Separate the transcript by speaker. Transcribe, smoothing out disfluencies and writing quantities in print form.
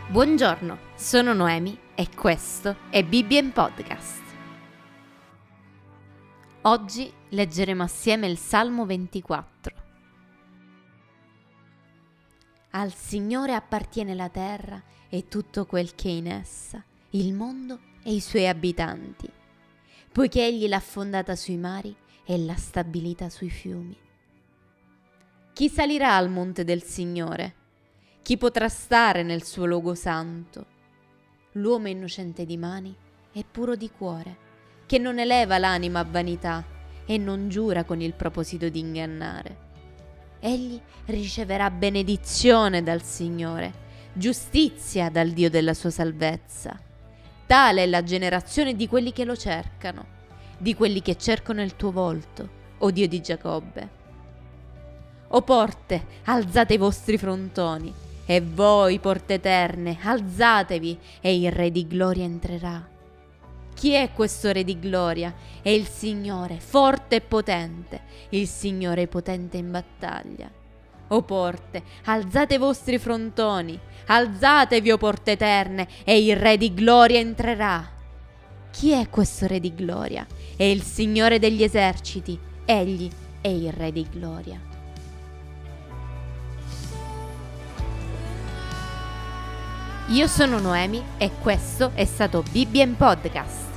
Speaker 1: Buongiorno, sono Noemi e questo è Bibbia in Podcast. Oggi leggeremo assieme il Salmo 24. Al Signore appartiene la terra e tutto quel che è in essa, il mondo e i suoi abitanti, poiché Egli l'ha fondata sui mari e l'ha stabilita sui fiumi. Chi salirà al monte del Signore? Chi potrà stare nel suo luogo santo? L'uomo innocente di mani e puro di cuore, che non eleva l'anima a vanità e non giura con il proposito di ingannare. Egli riceverà benedizione dal Signore, giustizia dal Dio della sua salvezza. Tale è la generazione di quelli che lo cercano, di quelli che cercano il tuo volto, o Dio di Giacobbe. O porte, alzate i vostri frontoni, e voi, porte eterne, alzatevi, e il Re di gloria entrerà. Chi è questo Re di gloria? È il Signore, forte e potente, il Signore potente in battaglia. O porte, alzate i vostri frontoni, alzatevi, o porte eterne, e il Re di gloria entrerà. Chi è questo Re di gloria? È il Signore degli eserciti, egli è il Re di gloria. Io sono Noemi e questo è stato Bibbia in Podcast.